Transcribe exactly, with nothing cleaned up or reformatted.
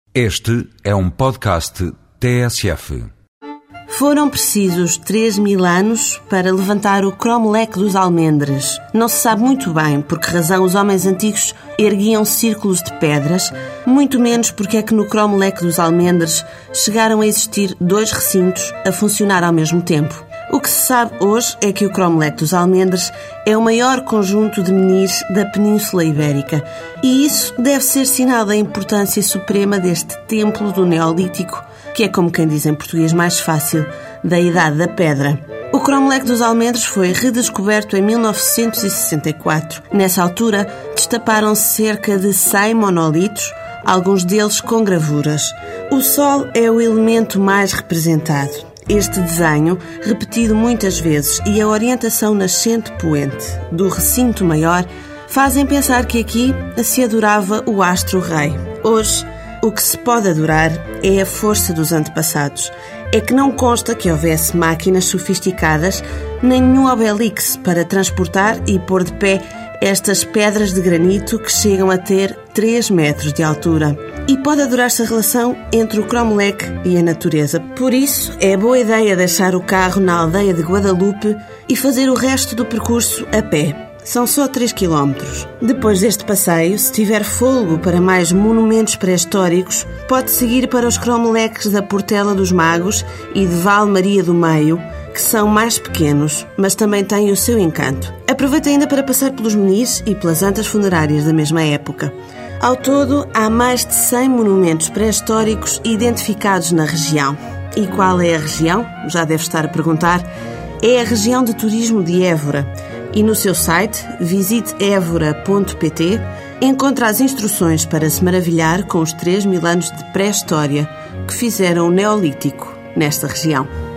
Este é um podcast T S F. Foram precisos três mil anos para levantar o Cromlech dos Almendres. Não se sabe muito bem por que razão os homens antigos erguiam círculos de pedras, muito menos porque é que no Cromlech dos Almendres chegaram a existir dois recintos a funcionar ao mesmo tempo. O que se sabe hoje é que o Cromlech dos Almendres é o maior conjunto de menires da Península Ibérica, e isso deve ser sinal da importância suprema deste templo do Neolítico, que é, como quem diz em português mais fácil, da Idade da Pedra. O Cromlech dos Almendres foi redescoberto em mil novecentos e sessenta e quatro. Nessa altura, destaparam-se cerca de cem monolitos, alguns deles com gravuras. O sol é o elemento mais representado. Este desenho, repetido muitas vezes, e a orientação nascente-poente do recinto maior fazem pensar que aqui se adorava o astro-rei. Hoje, o que se pode adorar é a força dos antepassados. É que não consta que houvesse máquinas sofisticadas, nem nenhum obelix para transportar e pôr de pé estas pedras de granito que chegam a ter três metros de altura. E pode adorar-se a relação entre o Cromlech e a natureza. Por isso, é boa ideia deixar o carro na aldeia de Guadalupe e fazer o resto do percurso a pé. São só três quilómetros. Depois deste passeio, se tiver fôlego para mais monumentos pré-históricos, pode seguir para os Cromlechs da Portela dos Magos e de Val Maria do Meio, que são mais pequenos, mas também têm o seu encanto. Aproveita ainda para passar pelos menirs e pelas antas funerárias da mesma época. Ao todo, há mais de cem monumentos pré-históricos identificados na região. E qual é a região? Já deve estar a perguntar. É a região de turismo de Évora. E no seu site, visite évora ponto pt, encontra as instruções para se maravilhar com os três mil anos de pré-história que fizeram o Neolítico nesta região.